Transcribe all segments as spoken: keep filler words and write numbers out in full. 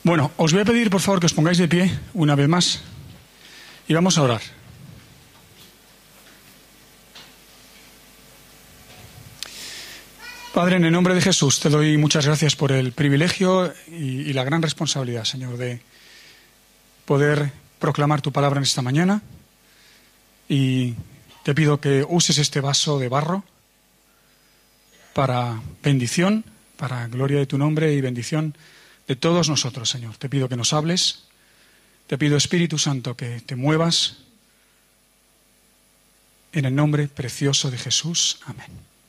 Bueno, os voy a pedir, por favor, que os pongáis de pie una vez más y vamos a orar. Padre, en el nombre de Jesús, te doy muchas gracias por el privilegio y, y la gran responsabilidad, Señor, de poder proclamar tu palabra en esta mañana. Y te pido que uses este vaso de barro para bendición, para gloria de tu nombre y bendición de todos nosotros, Señor. Te pido que nos hables, te pido, Espíritu Santo, que te muevas en el nombre precioso de Jesús. Amén.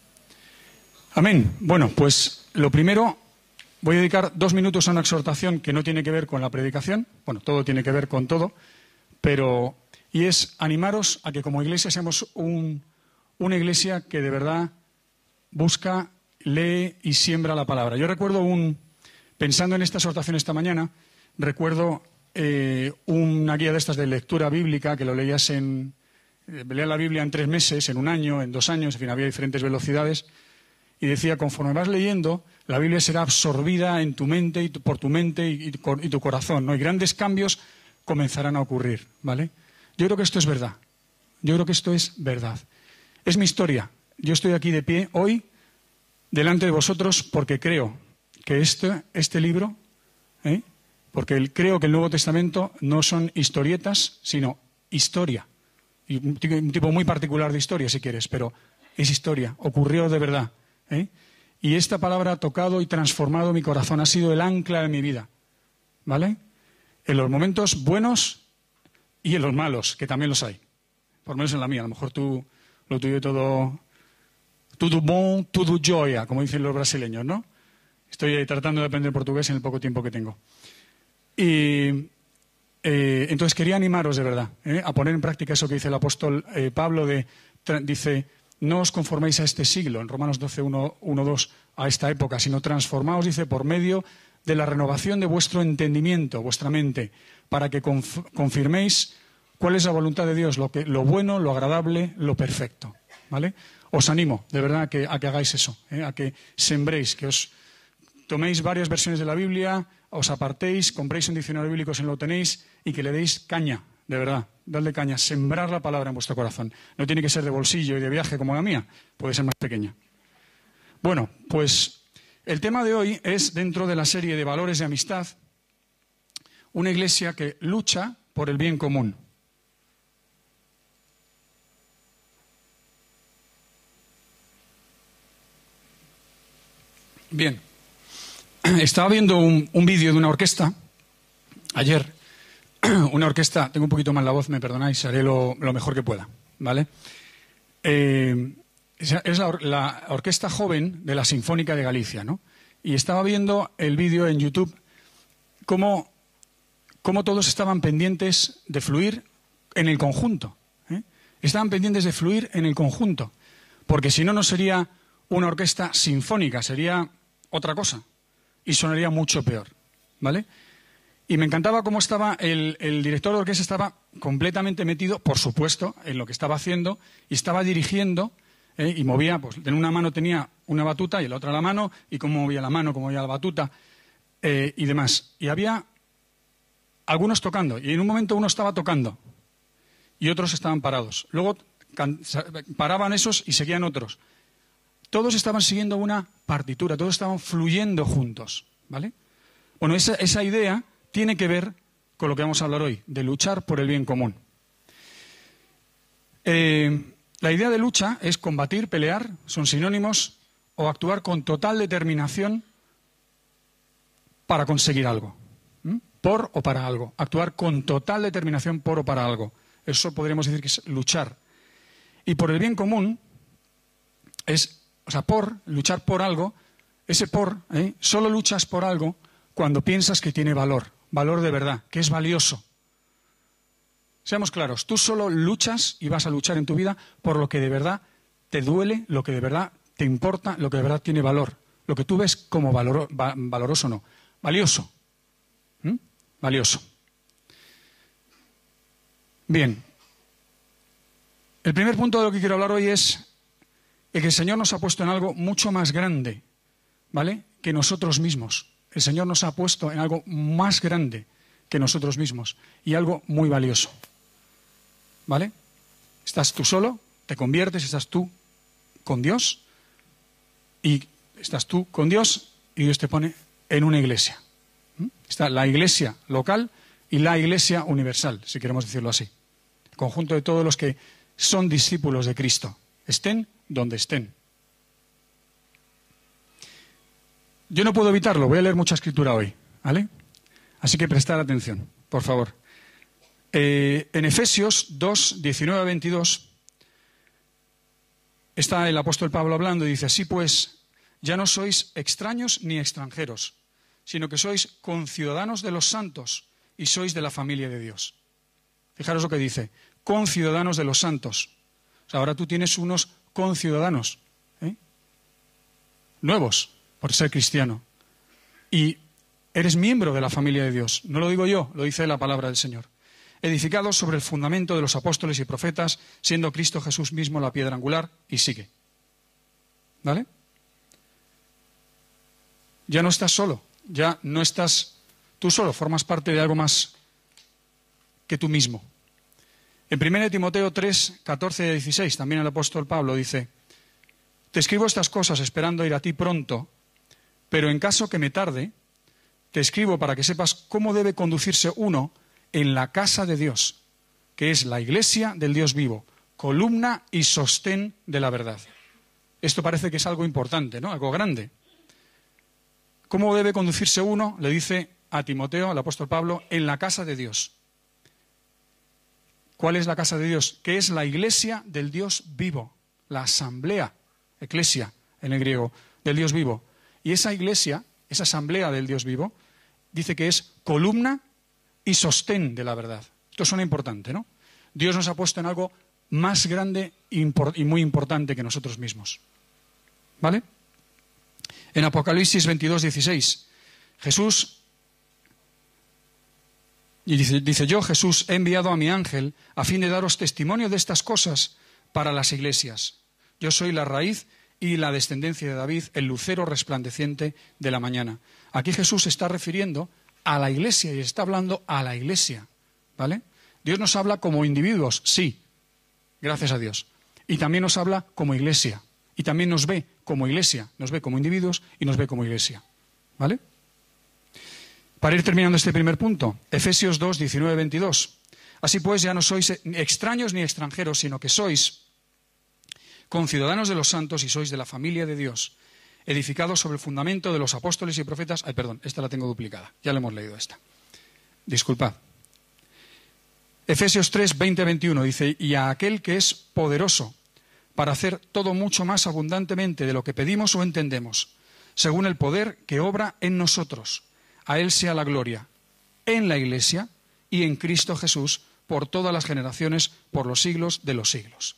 Amén. Bueno, pues lo primero, voy a dedicar dos minutos a una exhortación que no tiene que ver con la predicación. Bueno, todo tiene que ver con todo, pero... Y es animaros a que como iglesia seamos un, una iglesia que de verdad busca, lee y siembra la palabra. Yo recuerdo un... Pensando en esta exhortación esta mañana, recuerdo eh, una guía de estas de lectura bíblica que lo leías en... Eh, leía la Biblia en tres meses, en un año, en dos años, en fin, había diferentes velocidades. Y decía, conforme vas leyendo, la Biblia será absorbida en tu mente y tu, por tu mente y, y, y tu corazón, ¿no? Y grandes cambios comenzarán a ocurrir, ¿vale? Yo creo que esto es verdad. Yo creo que esto es verdad. Es mi historia. Yo estoy aquí de pie hoy delante de vosotros porque creo que este, este libro, ¿eh? porque el, creo que el Nuevo Testamento no son historietas, sino historia. Y un, un tipo muy particular de historia, si quieres, pero es historia. Ocurrió de verdad. ¿eh? Y esta palabra ha tocado y transformado mi corazón. Ha sido el ancla de mi vida. ¿Vale? En los momentos buenos y en los malos, que también los hay. Por lo menos en la mía. A lo mejor tú, lo tuyo todo... Tudo bom, tudo joia, como dicen los brasileños, ¿no? Estoy tratando de aprender portugués en el poco tiempo que tengo. Y eh, entonces quería animaros de verdad ¿eh? a poner en práctica eso que dice el apóstol eh, Pablo. De, dice, no os conforméis a este siglo, en Romanos doce, uno, dos, a esta época, sino transformaos, dice, por medio de la renovación de vuestro entendimiento, vuestra mente, para que conf confirméis cuál es la voluntad de Dios, lo, que, lo bueno, lo agradable, lo perfecto. ¿Vale? Os animo, de verdad, a que, a que hagáis eso, ¿eh? a que sembréis, que os toméis varias versiones de la Biblia, os apartéis, compréis un diccionario bíblico si no lo tenéis y que le deis caña, de verdad, dadle caña, sembrar la palabra en vuestro corazón. No tiene que ser de bolsillo y de viaje como la mía, puede ser más pequeña. Bueno, pues el tema de hoy es, dentro de la serie de valores de amistad, una iglesia que lucha por el bien común. Bien. Estaba viendo un, un vídeo de una orquesta ayer, una orquesta, tengo un poquito mal la voz, me perdonáis, haré lo, lo mejor que pueda, ¿vale? Eh, es es la, or, la orquesta joven de la Sinfónica de Galicia, ¿no? Y estaba viendo el vídeo en YouTube, cómo, cómo todos estaban pendientes de fluir en el conjunto, ¿eh? Estaban pendientes de fluir en el conjunto, porque si no, no sería una orquesta sinfónica, sería otra cosa. Y sonaría mucho peor, ¿vale? Y me encantaba cómo estaba el, el director de orquesta, estaba completamente metido, por supuesto, en lo que estaba haciendo, y estaba dirigiendo, ¿eh? y movía, pues en una mano tenía una batuta y en la otra la mano, y cómo movía la mano, cómo movía la batuta, eh, y demás. Y había algunos tocando, y en un momento uno estaba tocando, y otros estaban parados. Luego paraban esos y seguían otros. Todos estaban siguiendo una partitura, todos estaban fluyendo juntos, ¿vale? Bueno, esa, esa idea tiene que ver con lo que vamos a hablar hoy, de luchar por el bien común. Eh, la idea de lucha es combatir, pelear, son sinónimos, o actuar con total determinación para conseguir algo, ¿Mm? por o para algo. Actuar con total determinación por o para algo. Eso podríamos decir que es luchar. Y por el bien común es... O sea, por, luchar por algo, ese por, ¿eh? solo luchas por algo cuando piensas que tiene valor, valor de verdad, que es valioso. Seamos claros, tú solo luchas y vas a luchar en tu vida por lo que de verdad te duele, lo que de verdad te importa, lo que de verdad tiene valor, lo que tú ves como valor, va, valoroso, no, valioso. ¿Mm? Valioso. Bien. El primer punto de lo que quiero hablar hoy es que el Señor nos ha puesto en algo mucho más grande, ¿vale?, que nosotros mismos. el Señor nos ha puesto en algo más grande que nosotros mismos y algo muy valioso. ¿Vale? Estás tú solo, te conviertes, estás tú con Dios y estás tú con Dios y Dios te pone en una iglesia. ¿Mm? Está la iglesia local y la iglesia universal, si queremos decirlo así. El conjunto de todos los que son discípulos de Cristo, estén donde estén. Yo no puedo evitarlo, voy a leer mucha escritura hoy, ¿vale? Así que prestar atención, por favor. Eh, en Efesios dos, diecinueve a veintidós, está el apóstol Pablo hablando y dice, así pues, ya no sois extraños ni extranjeros, sino que sois conciudadanos de los santos y sois de la familia de Dios. Fijaros lo que dice, conciudadanos de los santos. O sea, ahora tú tienes unos conciudadanos, ¿eh? nuevos, por ser cristiano. Y eres miembro de la familia de Dios. No lo digo yo, lo dice la palabra del Señor. Edificados sobre el fundamento de los apóstoles y profetas, siendo Cristo Jesús mismo la piedra angular, y sigue. ¿Vale? Ya no estás solo, ya no estás tú solo, formas parte de algo más que tú mismo. En primera de Timoteo tres, catorce y dieciséis, también el apóstol Pablo dice, te escribo estas cosas esperando ir a ti pronto, pero en caso que me tarde, te escribo para que sepas cómo debe conducirse uno en la casa de Dios, que es la iglesia del Dios vivo, columna y sostén de la verdad. Esto parece que es algo importante, ¿no? Algo grande. ¿Cómo debe conducirse uno? Le dice a Timoteo, al apóstol Pablo, en la casa de Dios. ¿Cuál es la casa de Dios? Que es la iglesia del Dios vivo, la asamblea, eclesia en el griego, del Dios vivo. Y esa iglesia, esa asamblea del Dios vivo, dice que es columna y sostén de la verdad. Esto suena importante, ¿no? Dios nos ha puesto en algo más grande y muy importante que nosotros mismos. ¿Vale? En Apocalipsis veintidós, dieciséis, Jesús, y dice, dice, yo, Jesús, he enviado a mi ángel a fin de daros testimonio de estas cosas para las iglesias. Yo soy la raíz y la descendencia de David, el lucero resplandeciente de la mañana. Aquí Jesús se está refiriendo a la iglesia y está hablando a la iglesia, ¿vale? Dios nos habla como individuos, sí, gracias a Dios. Y también nos habla como iglesia. Y también nos ve como iglesia, nos ve como individuos y nos ve como iglesia, ¿vale? Para ir terminando este primer punto, Efesios dos, diecinueve, veintidós. Así pues, ya no sois extraños ni extranjeros, sino que sois conciudadanos de los santos y sois de la familia de Dios, edificados sobre el fundamento de los apóstoles y profetas. Ay, perdón, esta la tengo duplicada, ya la hemos leído esta. Disculpad. Efesios tres, veinte, veintiuno dice, y a aquel que es poderoso para hacer todo mucho más abundantemente de lo que pedimos o entendemos, según el poder que obra en nosotros. A Él sea la gloria en la Iglesia y en Cristo Jesús por todas las generaciones, por los siglos de los siglos.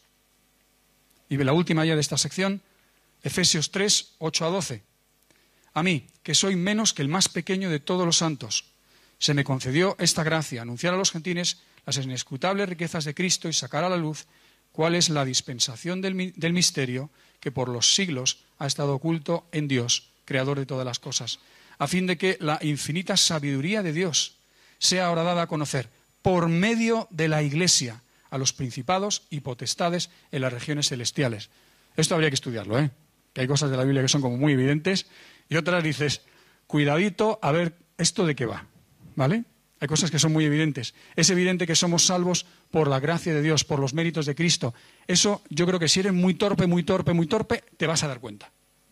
Y la última ya de esta sección, Efesios tres, ocho a doce. A mí, que soy menos que el más pequeño de todos los santos, se me concedió esta gracia, anunciar a los gentiles las inescrutables riquezas de Cristo y sacar a la luz cuál es la dispensación del, del misterio que por los siglos ha estado oculto en Dios, creador de todas las cosas, a fin de que la infinita sabiduría de Dios sea ahora dada a conocer por medio de la Iglesia a los principados y potestades en las regiones celestiales. Esto habría que estudiarlo, ¿eh? Que hay cosas de la Biblia que son como muy evidentes y otras dices, cuidadito, a ver, ¿esto de qué va? ¿Vale? Hay cosas que son muy evidentes. Es evidente que somos salvos por la gracia de Dios, por los méritos de Cristo. Eso yo creo que si eres muy torpe, muy torpe, muy torpe, te vas a dar cuenta.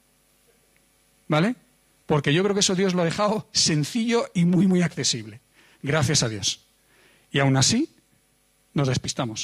¿Vale? Porque yo creo que eso Dios lo ha dejado sencillo y muy, muy accesible. Gracias a Dios. Y aún así, nos despistamos.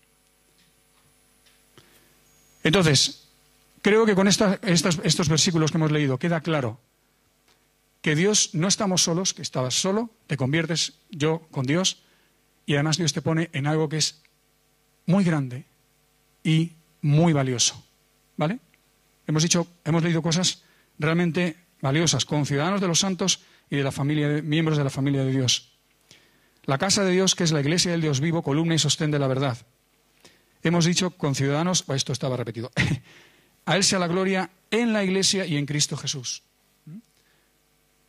Entonces, creo que con esta, estos, estos versículos que hemos leído queda claro que Dios, no estamos solos, que estabas solo, te conviertes yo con Dios y además Dios te pone en algo que es muy grande y muy valioso. ¿Vale? Hemos dicho, hemos leído cosas realmente valiosas, con ciudadanos de los santos y de la familia, miembros de la familia de Dios. La casa de Dios, que es la iglesia del Dios vivo, columna y sostén de la verdad. Hemos dicho con ciudadanos, esto estaba repetido, a Él sea la gloria en la iglesia y en Cristo Jesús.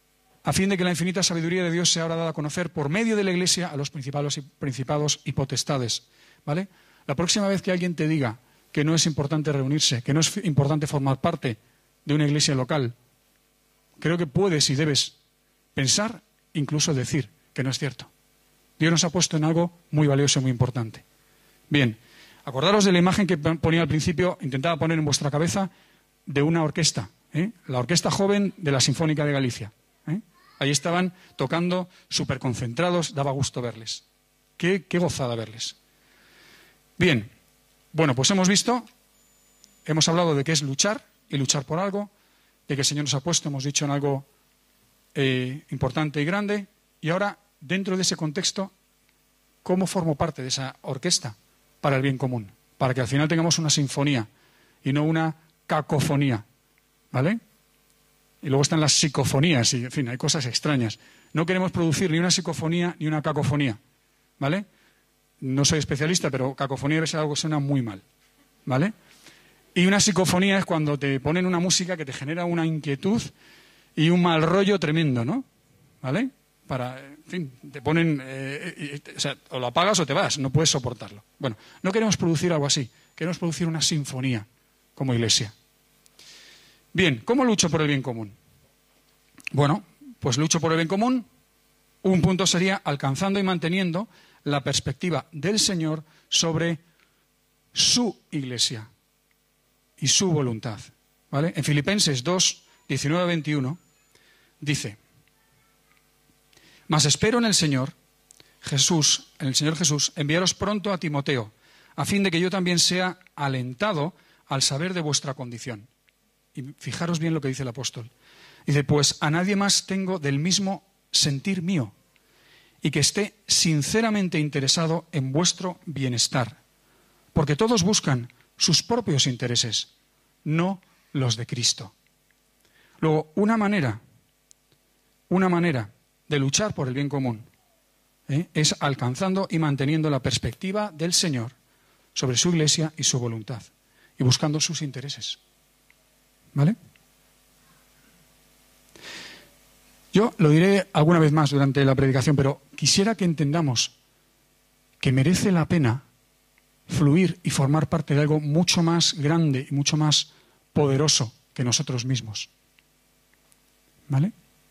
a fin de que la infinita sabiduría de Dios sea ahora dada a conocer por medio de la Iglesia a los principados y, principados y potestades. ¿Vale? La próxima vez que alguien te diga que no es importante reunirse, que no es importante formar parte de una iglesia local, creo que puedes y debes pensar, incluso decir que no es cierto. Dios nos ha puesto en algo muy valioso y muy importante. Bien, acordaros de la imagen que ponía al principio, intentaba poner en vuestra cabeza, de una orquesta, ¿eh? La orquesta joven de la Sinfónica de Galicia. ¿eh? Ahí estaban tocando súper concentrados, daba gusto verles. Qué, qué gozada verles. Bien, bueno, pues hemos visto, hemos hablado de qué es luchar y luchar por algo, de que el Señor nos ha puesto, hemos dicho, en algo eh, importante y grande, y ahora, dentro de ese contexto, ¿cómo formo parte de esa orquesta para el bien común? Para que al final tengamos una sinfonía y no una cacofonía, ¿vale? Y luego están las psicofonías, y en fin, hay cosas extrañas. No queremos producir ni una psicofonía ni una cacofonía, ¿vale? No soy especialista, pero cacofonía debe ser algo que suena muy mal, ¿vale? Y una psicofonía es cuando te ponen una música que te genera una inquietud y un mal rollo tremendo, ¿no? ¿Vale? Para, en fin, te ponen, eh, y, o sea, o lo apagas o te vas, no puedes soportarlo. Bueno, no queremos producir algo así, queremos producir una sinfonía como iglesia. Bien, ¿cómo lucho por el bien común? Bueno, pues lucho por el bien común. Un punto sería alcanzando y manteniendo la perspectiva del Señor sobre su iglesia y su voluntad. ¿Vale? En Filipenses dos, diecinueve a veintiuno dice: mas espero en el Señor Jesús, en el Señor Jesús, enviaros pronto a Timoteo, a fin de que yo también sea alentado al saber de vuestra condición. Y fijaros bien lo que dice el apóstol. Dice, pues a nadie más tengo del mismo sentir mío, y que esté sinceramente interesado en vuestro bienestar, porque todos buscan sus propios intereses, no los de Cristo. Luego, una manera, una manera de luchar por el bien común ¿eh? es alcanzando y manteniendo la perspectiva del Señor sobre su iglesia y su voluntad, y buscando sus intereses. ¿Vale? Yo lo diré alguna vez más durante la predicación, pero quisiera que entendamos que merece la pena fluir y formar parte de algo mucho más grande y mucho más poderoso que nosotros mismos. ¿Vale?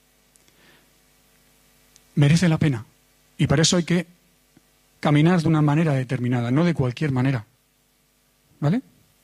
Merece la pena. Y para eso hay que caminar de una manera determinada, no de cualquier manera. ¿Vale?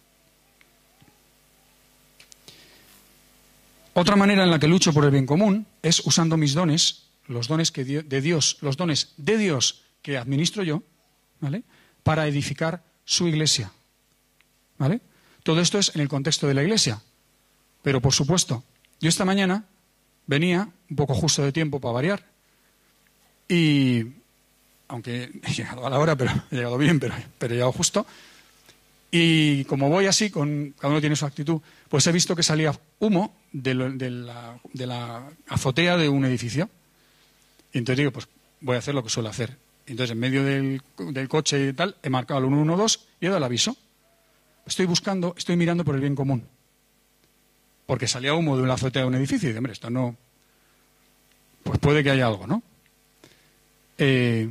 Otra manera en la que lucho por el bien común es usando mis dones, los dones que de Dios, los dones de Dios que administro yo, ¿vale? Para edificar su iglesia. ¿Vale? Todo esto es en el contexto de la iglesia. Pero, por supuesto, yo esta mañana venía un poco justo de tiempo para variar y, aunque he llegado a la hora, pero he llegado bien, pero, pero he llegado justo. Y como voy así, con, cada uno tiene su actitud, pues he visto que salía humo de, lo, de, la, de la azotea de un edificio. Y entonces digo, pues voy a hacer lo que suelo hacer. Entonces, en medio del, del coche y tal, he marcado el uno uno dos y he dado el aviso. Estoy buscando, estoy mirando por el bien común. Porque salía humo de una azotea de un edificio y digo, hombre, esto no... Pues puede que haya algo, ¿no? Eh,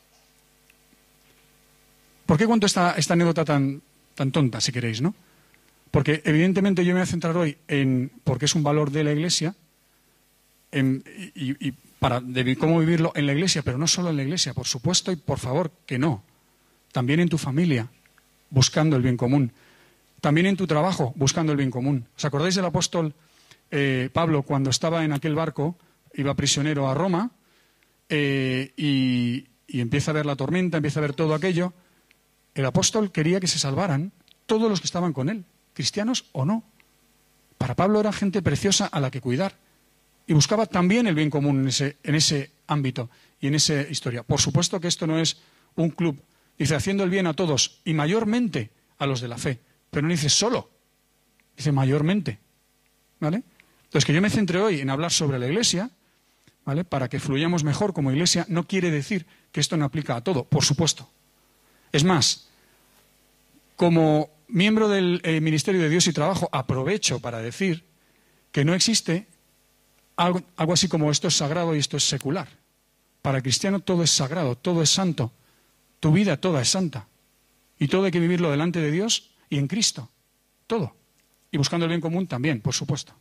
¿Por qué cuento esta, esta anécdota tan... tan tonta, si queréis, ¿no? Porque evidentemente yo me voy a centrar hoy en, porque es un valor de la Iglesia, en, y, y para de cómo vivirlo en la Iglesia, pero no solo en la Iglesia, por supuesto, y por favor, que no. También en tu familia, buscando el bien común. También en tu trabajo, buscando el bien común. ¿Os acordáis del apóstol eh, Pablo cuando estaba en aquel barco, iba prisionero a Roma, eh, y, y empieza a ver la tormenta, empieza a ver todo aquello? El apóstol quería que se salvaran todos los que estaban con él, cristianos o no. Para Pablo era gente preciosa a la que cuidar. Y buscaba también el bien común en ese, en ese ámbito y en esa historia. Por supuesto que esto no es un club. Dice, haciendo el bien a todos y mayormente a los de la fe. Pero no dice solo, dice mayormente. ¿Vale? Entonces, que yo me centre hoy en hablar sobre la Iglesia, ¿vale? Para que fluyamos mejor como Iglesia, no quiere decir que esto no aplica a todo, por supuesto. Es más, como miembro del eh, Ministerio de Dios y Trabajo, aprovecho para decir que no existe algo, algo así como esto es sagrado y esto es secular. Para el cristiano todo es sagrado, todo es santo. Tu vida toda es santa. Y todo hay que vivirlo delante de Dios y en Cristo. Todo. Y buscando el bien común también, por supuesto.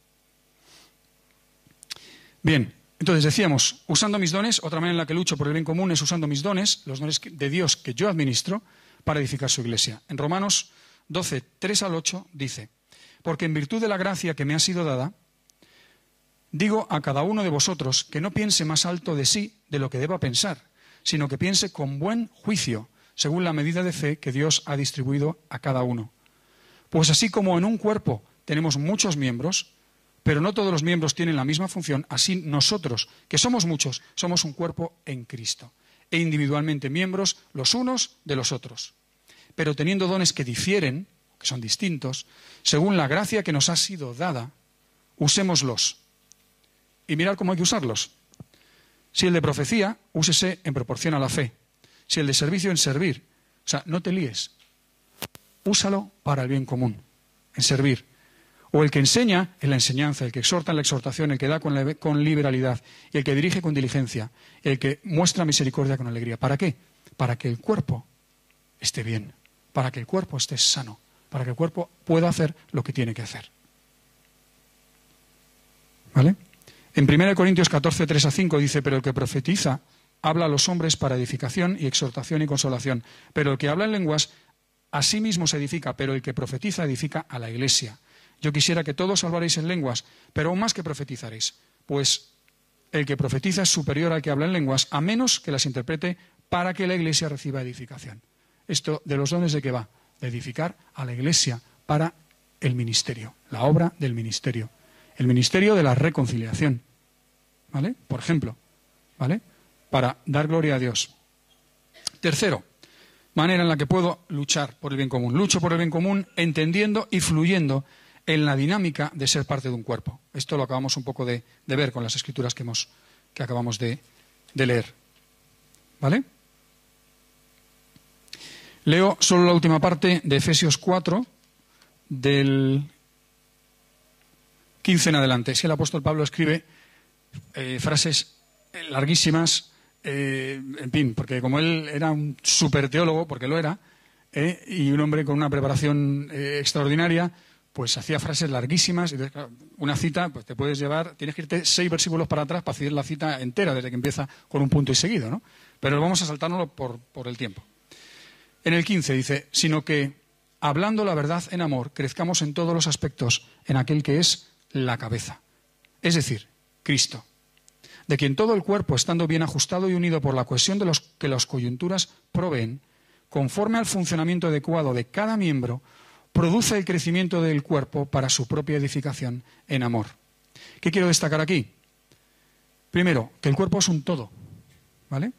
Bien, entonces decíamos, usando mis dones, otra manera en la que lucho por el bien común es usando mis dones, los dones de Dios que yo administro, para edificar su iglesia. En Romanos doce, tres al ocho dice: porque en virtud de la gracia que me ha sido dada, digo a cada uno de vosotros que no piense más alto de sí de lo que deba pensar, sino que piense con buen juicio, según la medida de fe que Dios ha distribuido a cada uno. Pues así como en un cuerpo tenemos muchos miembros, pero no todos los miembros tienen la misma función, así nosotros, que somos muchos, somos un cuerpo en Cristo, e individualmente miembros los unos de los otros. Pero teniendo dones que difieren, que son distintos, según la gracia que nos ha sido dada, usémoslos. Y mirad cómo hay que usarlos. Si el de profecía, úsese en proporción a la fe. Si el de servicio, en servir. O sea, no te líes. Úsalo para el bien común, en servir. O el que enseña en la enseñanza, el que exhorta en la exhortación, el que da con, la, con liberalidad, y el que dirige con diligencia, el que muestra misericordia con alegría. ¿Para qué? Para que el cuerpo esté bien, para que el cuerpo esté sano, para que el cuerpo pueda hacer lo que tiene que hacer. ¿Vale? En primera Corintios catorce, tres a cinco dice: pero el que profetiza habla a los hombres para edificación y exhortación y consolación. Pero el que habla en lenguas a sí mismo se edifica, pero el que profetiza edifica a la iglesia. Yo quisiera que todos hablaréis en lenguas, pero aún más que profetizaréis, pues el que profetiza es superior al que habla en lenguas, a menos que las interprete para que la iglesia reciba edificación. Esto de los dones, ¿de qué va? De edificar a la iglesia para el ministerio, la obra del ministerio. El ministerio de la reconciliación, ¿vale? Por ejemplo, ¿vale? Para dar gloria a Dios. Tercero, manera en la que puedo luchar por el bien común. Lucho por el bien común entendiendo y fluyendo en la dinámica de ser parte de un cuerpo. Esto lo acabamos un poco de, de ver con las escrituras que, hemos, que acabamos de, de leer. ¿Vale? Leo solo la última parte de Efesios cuatro, del quince en adelante. Si el apóstol Pablo escribe eh, frases larguísimas, eh, en fin, porque como él era un súper teólogo, porque lo era, eh, y un hombre con una preparación eh, extraordinaria, pues hacía frases larguísimas. Y claro, una cita, pues te puedes llevar, tienes que irte seis versículos para atrás para hacer la cita entera, desde que empieza con un punto y seguido, ¿no? Pero vamos a saltárnoslo por, por el tiempo. En el quince dice: sino que, hablando la verdad en amor, crezcamos en todos los aspectos en aquel que es la cabeza, es decir, Cristo, de quien todo el cuerpo, estando bien ajustado y unido por la cohesión de los que las coyunturas proveen, conforme al funcionamiento adecuado de cada miembro, produce el crecimiento del cuerpo para su propia edificación en amor. ¿Qué quiero destacar aquí? Primero, que el cuerpo es un todo, ¿vale?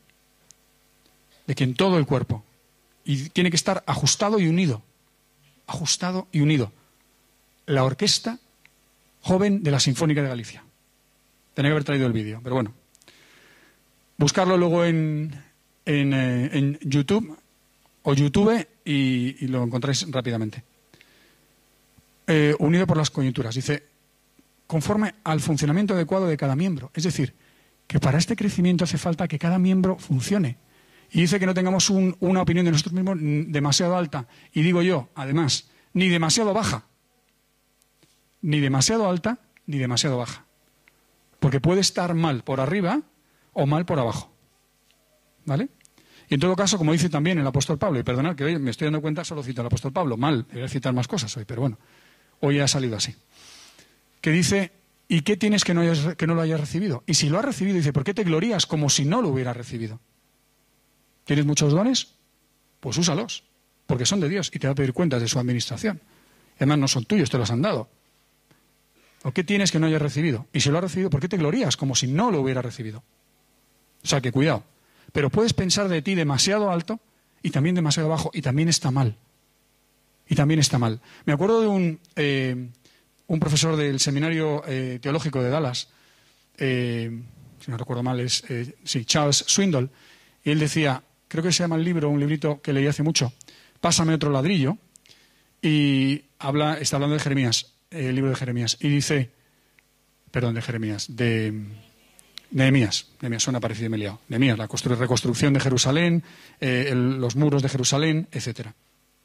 De quien todo el cuerpo, y tiene que estar ajustado y unido, ajustado y unido. La orquesta joven de la Sinfónica de Galicia. Tenía que haber traído el vídeo, pero bueno. Buscarlo luego en, en, eh, en YouTube o YouTube y, y lo encontráis rápidamente. Eh, unido por las coyunturas. Dice, conforme al funcionamiento adecuado de cada miembro. Es decir, que para este crecimiento hace falta que cada miembro funcione. Y dice que no tengamos un, una opinión de nosotros mismos demasiado alta. Y digo yo, además, ni demasiado baja. Ni demasiado alta, ni demasiado baja. Porque puede estar mal por arriba o mal por abajo. ¿Vale? Y en todo caso, como dice también el apóstol Pablo, y perdonad que hoy me estoy dando cuenta, solo cito al apóstol Pablo, mal, debería citar más cosas hoy, pero bueno, hoy ha salido así. Que dice, ¿y qué tienes que no, hayas, que no lo hayas recibido? Y si lo has recibido, dice, ¿por qué te glorías como si no lo hubieras recibido? ¿Tienes muchos dones? Pues úsalos, porque son de Dios y te va a pedir cuentas de su administración. Además, no son tuyos, te los han dado. ¿O qué tienes que no hayas recibido? Y si lo has recibido, ¿por qué te glorías como si no lo hubieras recibido? O sea, que cuidado. Pero puedes pensar de ti demasiado alto y también demasiado bajo, y también está mal. Y también está mal. Me acuerdo de un, eh, un profesor del seminario eh, teológico de Dallas, eh, si no recuerdo mal, es eh, sí, Charles Swindoll, y él decía, creo que se llama el libro, un librito que leí hace mucho, Pásame otro ladrillo, y habla, está hablando de Jeremías, el libro de Jeremías, y dice, perdón, de Jeremías, de Nehemías. Nehemías suena parecido, me he liado. Nehemías, la reconstrucción de Jerusalén, eh, el, los muros de Jerusalén, etcétera.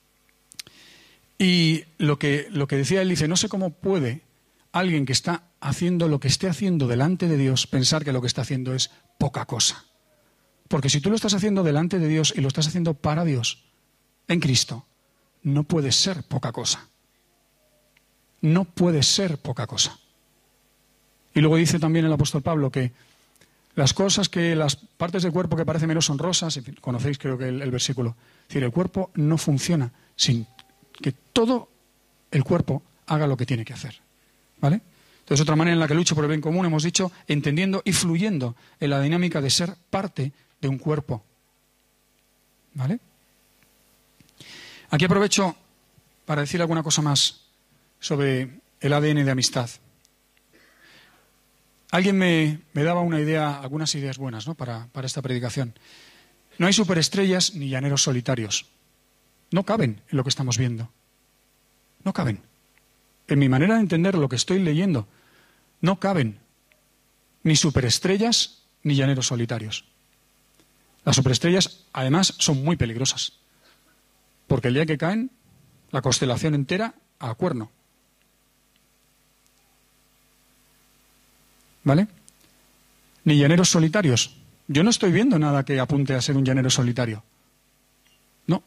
Y lo que, lo que decía él, dice, no sé cómo puede alguien que está haciendo lo que esté haciendo delante de Dios pensar que lo que está haciendo es poca cosa. Porque si tú lo estás haciendo delante de Dios y lo estás haciendo para Dios, en Cristo, no puede ser poca cosa. No puede ser poca cosa. Y luego dice también el apóstol Pablo que las cosas que, las partes del cuerpo que parecen menos honrosas, en fin, conocéis creo que el, el versículo, es decir, el cuerpo no funciona sin que todo el cuerpo haga lo que tiene que hacer. ¿Vale? Entonces, otra manera en la que lucho por el bien común, hemos dicho, entendiendo y fluyendo en la dinámica de ser parte de un cuerpo. ¿Vale? Aquí aprovecho para decir alguna cosa más sobre el A D N de amistad. Alguien me, me daba una idea, algunas ideas buenas, ¿no? para, para esta predicación. No hay superestrellas ni llaneros solitarios. No caben en lo que estamos viendo. No caben. En mi manera de entender lo que estoy leyendo, no caben ni superestrellas ni llaneros solitarios. Las superestrellas, además, son muy peligrosas. Porque el día que caen, la constelación entera a cuerno. ¿Vale? Ni llaneros solitarios. Yo no estoy viendo nada que apunte a ser un llanero solitario. No.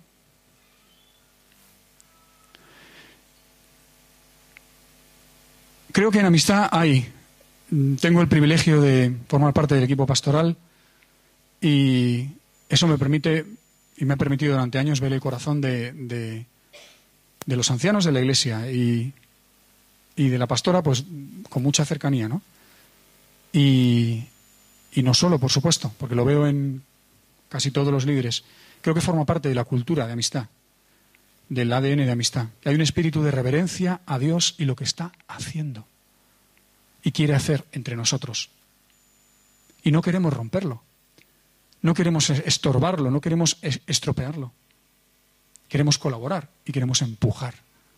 Creo que en amistad hay. Tengo el privilegio de formar parte del equipo pastoral y eso me permite y me ha permitido durante años ver el corazón de, de, de los ancianos de la Iglesia y, y de la pastora, pues con mucha cercanía, ¿no? Y, y no solo, por supuesto, porque lo veo en casi todos los líderes. Creo que forma parte de la cultura de amistad, del A D N de amistad. Que hay un espíritu de reverencia a Dios y lo que está haciendo y quiere hacer entre nosotros. Y no queremos romperlo. No queremos estorbarlo, no queremos estropearlo. Queremos colaborar y queremos empujar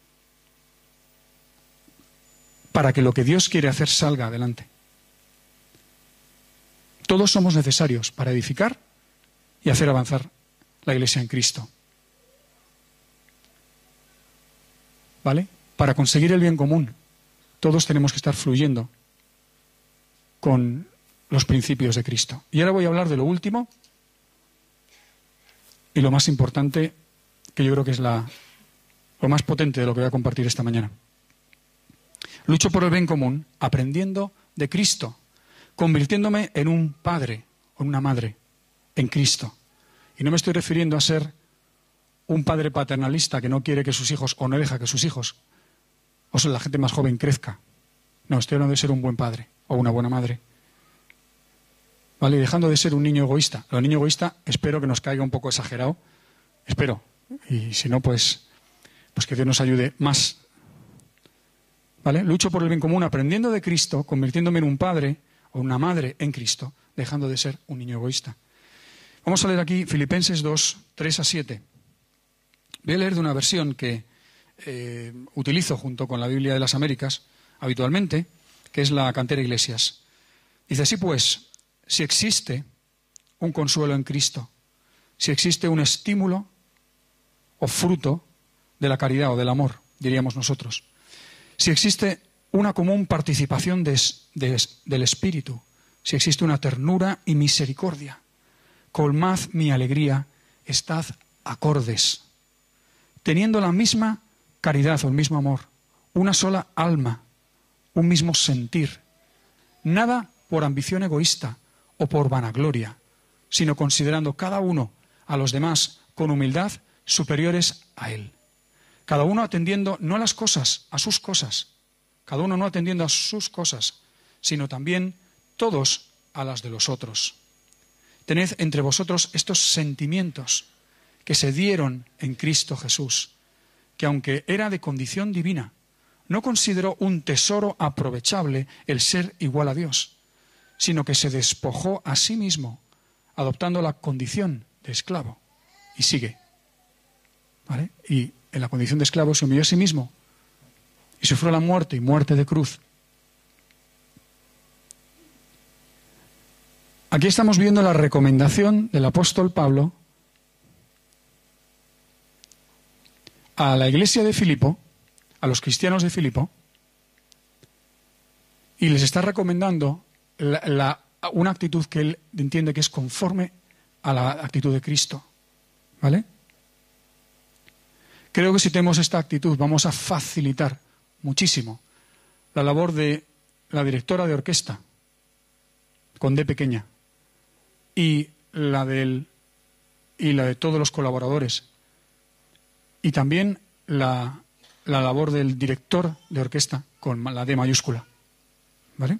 para que lo que Dios quiere hacer salga adelante. Todos somos necesarios para edificar y hacer avanzar la Iglesia en Cristo. ¿Vale? Para conseguir el bien común, todos tenemos que estar fluyendo con los principios de Cristo. Y ahora voy a hablar de lo último y lo más importante, que yo creo que es la, lo más potente de lo que voy a compartir esta mañana. Lucho por el bien común, aprendiendo de Cristo, convirtiéndome en un padre o en una madre en Cristo. Y no me estoy refiriendo a ser un padre paternalista que no quiere que sus hijos, o no deja que sus hijos, o sea, la gente más joven crezca. No, estoy hablando de ser un buen padre o una buena madre. ¿Vale? Dejando de ser un niño egoísta. Lo niño egoísta espero que nos caiga un poco exagerado. Espero. Y si no, pues, pues que Dios nos ayude más. ¿Vale? Lucho por el bien común, aprendiendo de Cristo, convirtiéndome en un padre o una madre en Cristo, dejando de ser un niño egoísta. Vamos a leer aquí Filipenses dos, tres a siete. Voy a leer de una versión que eh, utilizo junto con la Biblia de las Américas habitualmente, que es la Cantera Iglesias. Dice así pues, si existe un consuelo en Cristo, si existe un estímulo o fruto de la caridad o del amor, diríamos nosotros, si existe una común participación de, de, del Espíritu, si existe una ternura y misericordia, colmad mi alegría, estad acordes, teniendo la misma caridad o el mismo amor, una sola alma, un mismo sentir, nada por ambición egoísta o por vanagloria, sino considerando cada uno a los demás con humildad superiores a él. Cada uno atendiendo no a las cosas, a sus cosas, cada uno no atendiendo a sus cosas, sino también todos a las de los otros. Tened entre vosotros estos sentimientos que se dieron en Cristo Jesús, que aunque era de condición divina, no consideró un tesoro aprovechable el ser igual a Dios, sino que se despojó a sí mismo, adoptando la condición de esclavo. Y sigue. ¿Vale? Y en la condición de esclavo se humilló a sí mismo y sufrió la muerte y muerte de cruz. Aquí estamos viendo la recomendación del apóstol Pablo a la iglesia de Filipo, a los cristianos de Filipo, y les está recomendando la, la, una actitud que él entiende que es conforme a la actitud de Cristo. ¿Vale? Creo que si tenemos esta actitud vamos a facilitar muchísimo la labor de la directora de orquesta, con D pequeña, y la, del, y la de todos los colaboradores, y también la, la labor del director de orquesta, con la D mayúscula. ¿Vale?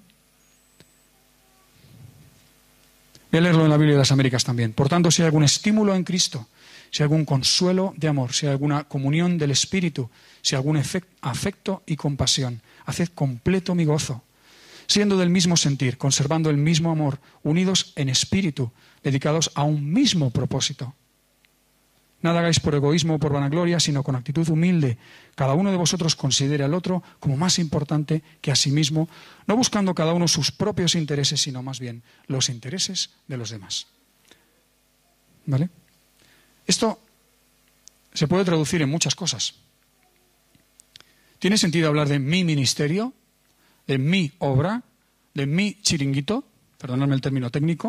Voy a leerlo en la Biblia de las Américas también. Por tanto, si hay algún estímulo en Cristo, si hay algún consuelo de amor, si hay alguna comunión del Espíritu, si hay algún afecto y compasión, haced completo mi gozo, siendo del mismo sentir, conservando el mismo amor, unidos en espíritu, dedicados a un mismo propósito. Nada hagáis por egoísmo o por vanagloria, sino con actitud humilde. Cada uno de vosotros considere al otro como más importante que a sí mismo, no buscando cada uno sus propios intereses, sino más bien los intereses de los demás. ¿Vale? Esto se puede traducir en muchas cosas. ¿Tiene sentido hablar de mi ministerio, de mi obra, de mi chiringuito? Perdonadme el término técnico.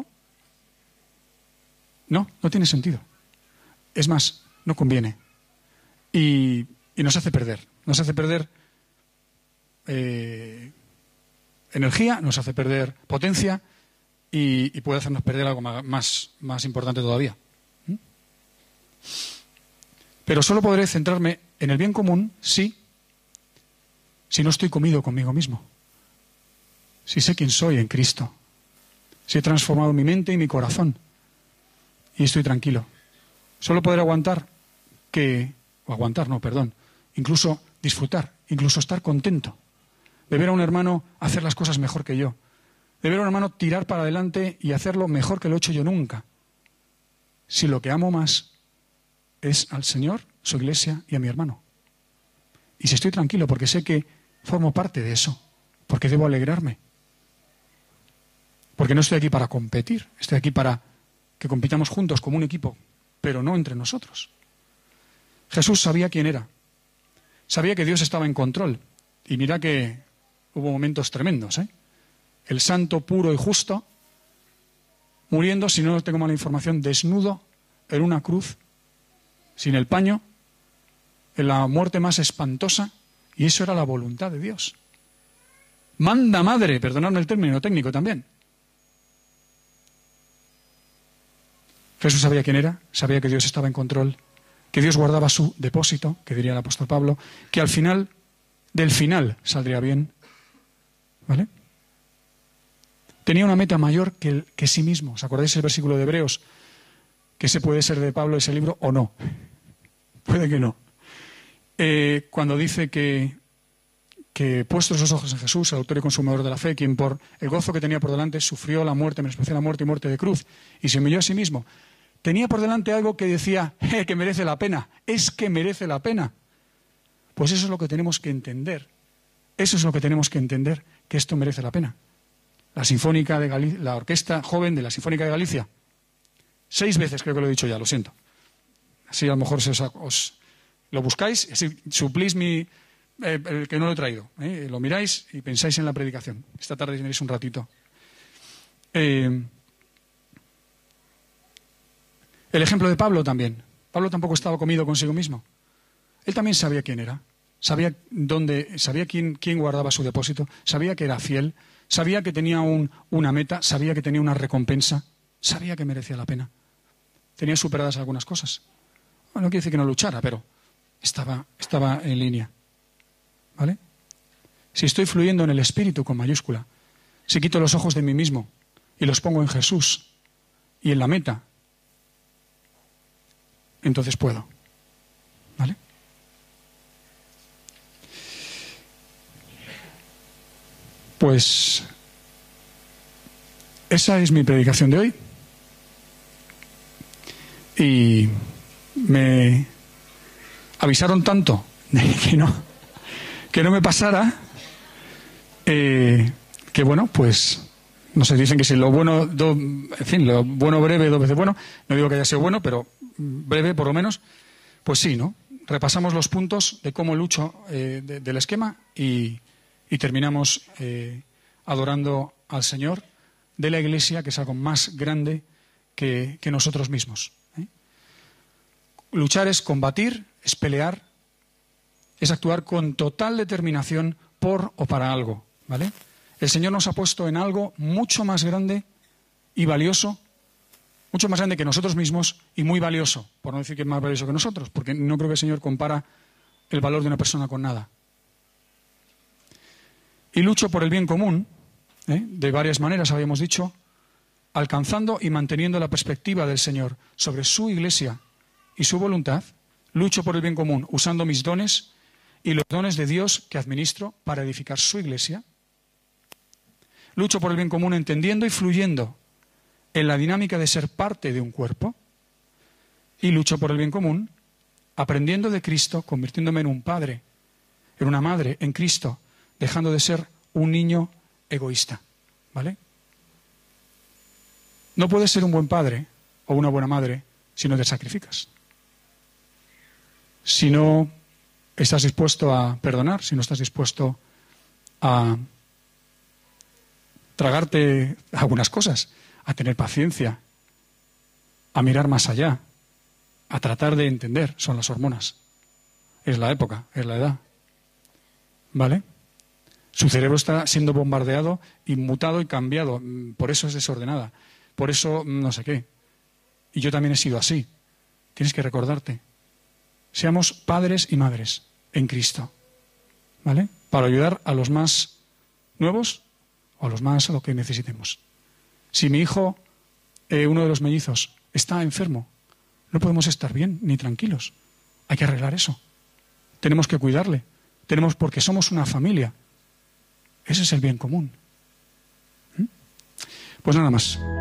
No, no tiene sentido. Es más, no conviene. Y, y nos hace perder. Nos hace perder eh, energía, nos hace perder potencia y, y puede hacernos perder algo más, más importante todavía. ¿Mm? Pero solo podré centrarme en el bien común si, si no estoy comido conmigo mismo. Si sé quién soy en Cristo. Si he transformado mi mente y mi corazón. Y estoy tranquilo. Solo poder aguantar que, o aguantar, no, perdón, incluso disfrutar, incluso estar contento de ver a un hermano hacer las cosas mejor que yo, de ver a un hermano tirar para adelante y hacerlo mejor que lo he hecho yo nunca. Si lo que amo más es al Señor, su iglesia y a mi hermano. Y si estoy tranquilo porque sé que formo parte de eso, porque debo alegrarme, porque no estoy aquí para competir, estoy aquí para que compitamos juntos como un equipo, pero no entre nosotros. Jesús sabía quién era, sabía que Dios estaba en control, y mira que hubo momentos tremendos, ¿eh? El santo, puro y justo, muriendo, si no tengo mala información, desnudo en una cruz, sin el paño, en la muerte más espantosa, y eso era la voluntad de Dios. Manda madre, perdonadme el término técnico también. Jesús sabía quién era, sabía que Dios estaba en control, que Dios guardaba su depósito, que diría el apóstol Pablo, que al final, del final, saldría bien. ¿Vale? Tenía una meta mayor que, el, que sí mismo. ¿Os acordáis el versículo de Hebreos? Que ese puede ser de Pablo ese libro o no. Puede que no. Eh, cuando dice que, que puestos los ojos en Jesús, el autor y consumador de la fe, quien por el gozo que tenía por delante sufrió la muerte, menospreció la muerte y muerte de cruz, y se humilló a sí mismo. Tenía por delante algo que decía, eh, que merece la pena, es que merece la pena. Pues eso es lo que tenemos que entender. Eso es lo que tenemos que entender, que esto merece la pena. La Sinfónica de Galicia, la orquesta joven de la Sinfónica de Galicia. Seis veces creo que lo he dicho ya, lo siento. Así a lo mejor se os, os lo buscáis, así suplís mi, eh, el que no lo he traído. ¿eh? Lo miráis y pensáis en la predicación. Esta tarde tenéis un ratito. Eh, el ejemplo de Pablo también. Pablo tampoco estaba comido consigo mismo. Él también sabía quién era. Sabía dónde, sabía quién, quién guardaba su depósito. Sabía que era fiel. Sabía que tenía un, una meta. Sabía que tenía una recompensa. Sabía que merecía la pena. Tenía superadas algunas cosas. Bueno, no quiere decir que no luchara, pero estaba, estaba en línea. ¿Vale? Si estoy fluyendo en el Espíritu con mayúscula, si quito los ojos de mí mismo y los pongo en Jesús y en la meta, entonces puedo. ¿Vale? Pues esa es mi predicación de hoy. Y me avisaron tanto de que no, que no me pasara, eh, que bueno, pues No se dicen que si lo bueno, do, en fin, lo bueno breve, dos veces bueno. No digo que haya sido bueno, pero breve por lo menos. Pues sí, ¿no? Repasamos los puntos de cómo lucho eh, de, del esquema y, y terminamos eh, adorando al Señor de la Iglesia, que es algo más grande que, que nosotros mismos. ¿eh? Luchar es combatir, es pelear, es actuar con total determinación por o para algo, ¿vale? El Señor nos ha puesto en algo mucho más grande y valioso, mucho más grande que nosotros mismos y muy valioso, por no decir que es más valioso que nosotros, porque no creo que el Señor compara el valor de una persona con nada. Y lucho por el bien común, ¿eh? de varias maneras, habíamos dicho, alcanzando y manteniendo la perspectiva del Señor sobre su Iglesia y su voluntad. Lucho por el bien común usando mis dones y los dones de Dios que administro para edificar su Iglesia. Lucho por el bien común entendiendo y fluyendo en la dinámica de ser parte de un cuerpo. Y lucho por el bien común aprendiendo de Cristo, convirtiéndome en un padre, en una madre, en Cristo, dejando de ser un niño egoísta. ¿Vale? No puedes ser un buen padre o una buena madre si no te sacrificas. Si no estás dispuesto a perdonar, si no estás dispuesto a tragarte algunas cosas, a tener paciencia, a mirar más allá, a tratar de entender, son las hormonas. Es la época, es la edad. ¿Vale? Su cerebro está siendo bombardeado y mutado y cambiado. Por eso es desordenada. Por eso no sé qué. Y yo también he sido así. Tienes que recordarte. Seamos padres y madres en Cristo. ¿Vale? Para ayudar a los más nuevos o a los más a lo que necesitemos. Si mi hijo, eh, uno de los mellizos, está enfermo, no podemos estar bien ni tranquilos. Hay que arreglar eso. Tenemos que cuidarle. Tenemos porque somos una familia. Ese es el bien común. ¿Mm? Pues nada más.